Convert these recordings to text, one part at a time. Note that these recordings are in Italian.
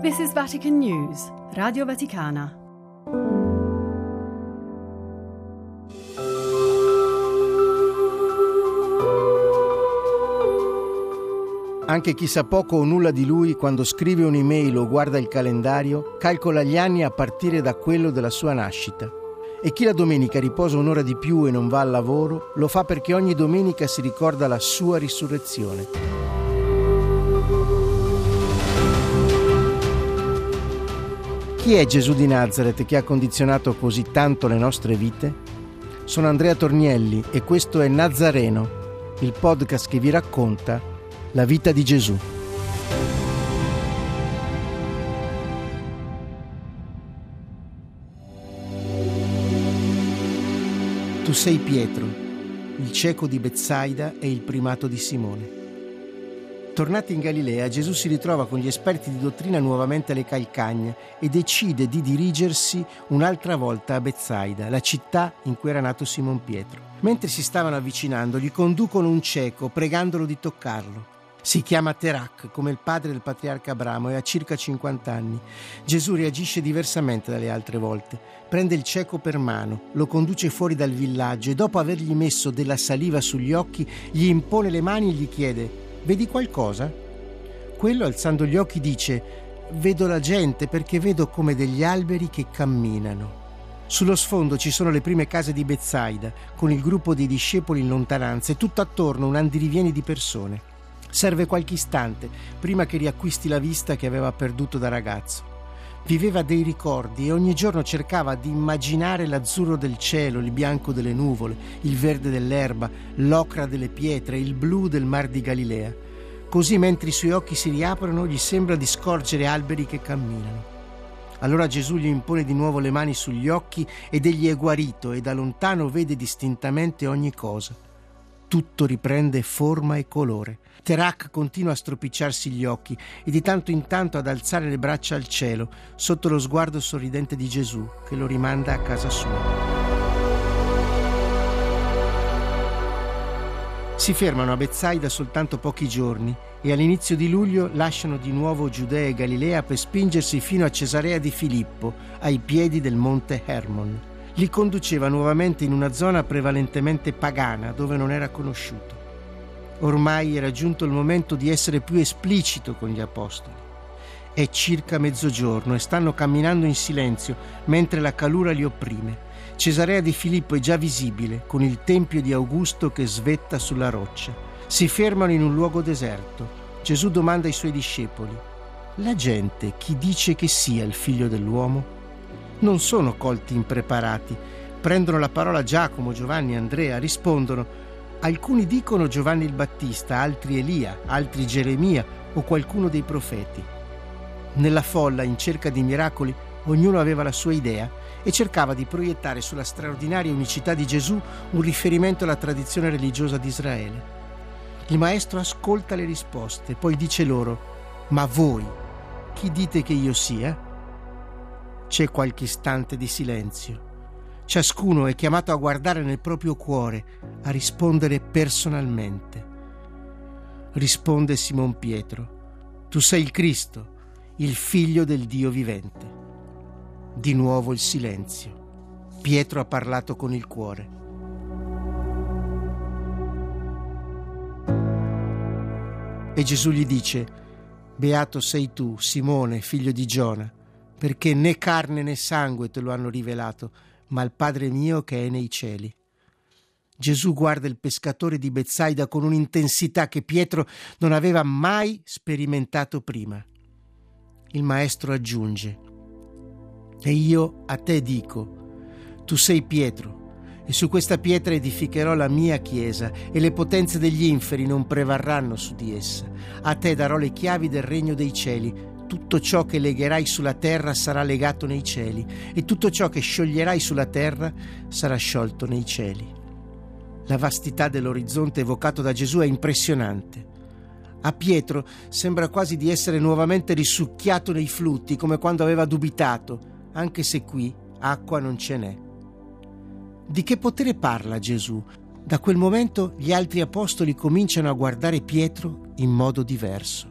This is Vatican News, Radio Vaticana. Anche chi sa poco o nulla di lui, quando scrive un'email o guarda il calendario, calcola gli anni a partire da quello della sua nascita. E chi la domenica riposa un'ora di più e non va al lavoro, lo fa perché ogni domenica si ricorda la sua risurrezione. Chi è Gesù di Nazareth che ha condizionato così tanto le nostre vite? Sono Andrea Tornielli e questo è Nazareno, il podcast che vi racconta la vita di Gesù. Tu sei Pietro, il cieco di Betsaida e il primato di Simone. Tornati in Galilea, Gesù si ritrova con gli esperti di dottrina nuovamente alle calcagna e decide di dirigersi un'altra volta a Betsaida, la città in cui era nato Simon Pietro. Mentre si stavano avvicinando, gli conducono un cieco, pregandolo di toccarlo. Si chiama Terak, come il padre del patriarca Abramo, e ha circa 50 anni. Gesù reagisce diversamente dalle altre volte. Prende il cieco per mano, lo conduce fuori dal villaggio e dopo avergli messo della saliva sugli occhi, gli impone le mani e gli chiede: «Vedi qualcosa?» Quello, alzando gli occhi, dice: «Vedo la gente perché vedo come degli alberi che camminano». Sullo sfondo ci sono le prime case di Betsaida, con il gruppo dei discepoli in lontananza e tutto attorno un andirivieni di persone. Serve qualche istante prima che riacquisti la vista che aveva perduto da ragazzo. Viveva dei ricordi e ogni giorno cercava di immaginare l'azzurro del cielo, il bianco delle nuvole, il verde dell'erba, l'ocra delle pietre, il blu del mar di Galilea. Così, mentre i suoi occhi si riaprono, gli sembra di scorgere alberi che camminano. Allora Gesù gli impone di nuovo le mani sugli occhi ed egli è guarito e da lontano vede distintamente ogni cosa. Tutto riprende forma e colore. Terak continua a stropicciarsi gli occhi e di tanto in tanto ad alzare le braccia al cielo sotto lo sguardo sorridente di Gesù che lo rimanda a casa sua. Si fermano a Betsaida soltanto pochi giorni e all'inizio di luglio lasciano di nuovo Giudea e Galilea per spingersi fino a Cesarea di Filippo, ai piedi del monte Hermon. Li conduceva nuovamente in una zona prevalentemente pagana dove non era conosciuto. Ormai era giunto il momento di essere più esplicito con gli apostoli. È circa mezzogiorno e stanno camminando in silenzio mentre la calura li opprime. Cesarea di Filippo è già visibile, con il tempio di Augusto che svetta sulla roccia. Si fermano in un luogo deserto. Gesù domanda ai suoi discepoli: «La gente chi dice che sia il figlio dell'uomo?» Non sono colti impreparati. Prendono la parola Giacomo, Giovanni e Andrea, rispondono: «Alcuni dicono Giovanni il Battista, altri Elia, altri Geremia o qualcuno dei profeti». Nella folla, in cerca di miracoli, ognuno aveva la sua idea e cercava di proiettare sulla straordinaria unicità di Gesù un riferimento alla tradizione religiosa di Israele. Il maestro ascolta le risposte, poi dice loro: «Ma voi, chi dite che io sia?» C'è qualche istante di silenzio. Ciascuno è chiamato a guardare nel proprio cuore, a rispondere personalmente. Risponde Simon Pietro: «Tu sei il Cristo, il Figlio del Dio vivente». Di nuovo il silenzio. Pietro ha parlato con il cuore. E Gesù gli dice: «Beato sei tu, Simone, figlio di Giona, perché né carne né sangue te lo hanno rivelato, ma il Padre mio che è nei cieli». Gesù guarda il pescatore di Betsaida con un'intensità che Pietro non aveva mai sperimentato prima. Il maestro aggiunge: «E io a te dico, tu sei Pietro, e su questa pietra edificherò la mia chiesa, e le potenze degli inferi non prevarranno su di essa. A te darò le chiavi del regno dei cieli. Tutto ciò che legherai sulla terra sarà legato nei cieli, e tutto ciò che scioglierai sulla terra sarà sciolto nei cieli». La vastità dell'orizzonte evocato da Gesù è impressionante. A Pietro sembra quasi di essere nuovamente risucchiato nei flutti, come quando aveva dubitato, anche se qui acqua non ce n'è. Di che potere parla Gesù? Da quel momento gli altri apostoli cominciano a guardare Pietro in modo diverso.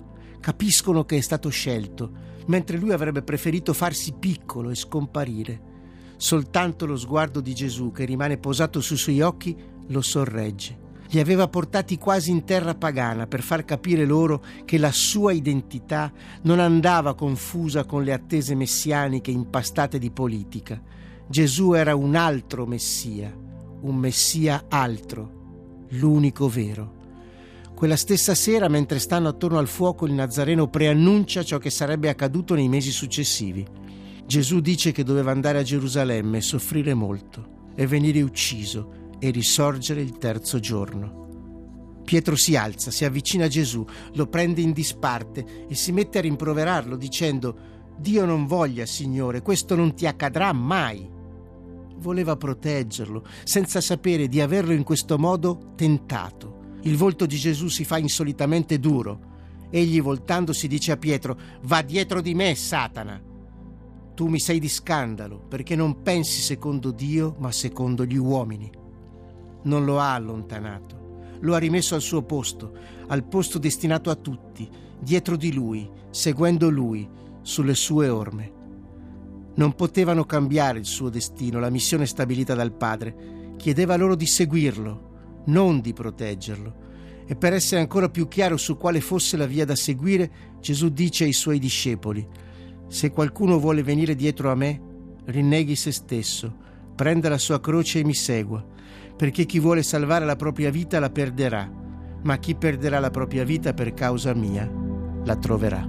Capiscono che è stato scelto, mentre lui avrebbe preferito farsi piccolo e scomparire. Soltanto lo sguardo di Gesù, che rimane posato sui suoi occhi, lo sorregge. Li aveva portati quasi in terra pagana per far capire loro che la sua identità non andava confusa con le attese messianiche impastate di politica. Gesù era un altro Messia, un Messia altro, l'unico vero. Quella stessa sera, mentre stanno attorno al fuoco, il Nazareno preannuncia ciò che sarebbe accaduto nei mesi successivi. Gesù dice che doveva andare a Gerusalemme e soffrire molto e venire ucciso e risorgere il terzo giorno. Pietro si alza, si avvicina a Gesù, lo prende in disparte e si mette a rimproverarlo dicendo: «Dio non voglia, Signore, questo non ti accadrà mai». Voleva proteggerlo, senza sapere di averlo in questo modo tentato. Il volto di Gesù si fa insolitamente duro. Egli, voltandosi, dice a Pietro: «Va dietro di me, Satana! Tu mi sei di scandalo, perché non pensi secondo Dio, ma secondo gli uomini». Non lo ha allontanato, lo ha rimesso al suo posto, al posto destinato a tutti, dietro di lui, seguendo lui, sulle sue orme. Non potevano cambiare il suo destino, la missione stabilita dal Padre. Chiedeva loro di seguirlo, non di proteggerlo. E per essere ancora più chiaro su quale fosse la via da seguire, Gesù dice ai suoi discepoli: «Se qualcuno vuole venire dietro a me, rinneghi se stesso, prenda la sua croce e mi segua. Perché chi vuole salvare la propria vita la perderà, ma chi perderà la propria vita per causa mia la troverà».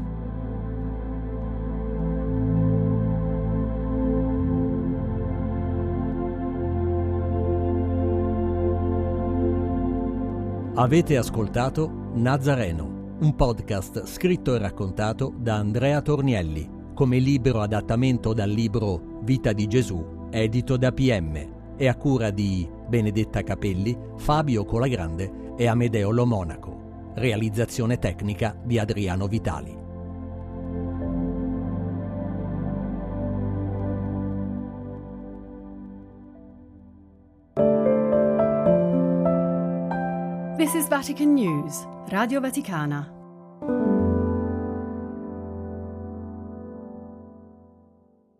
Avete ascoltato Nazareno, un podcast scritto e raccontato da Andrea Tornielli, come libero adattamento dal libro Vita di Gesù, edito da PM, e a cura di Benedetta Capelli, Fabio Colagrande e Amedeo Lo Monaco. Realizzazione tecnica di Adriano Vitali. This is Vatican News, Radio Vaticana.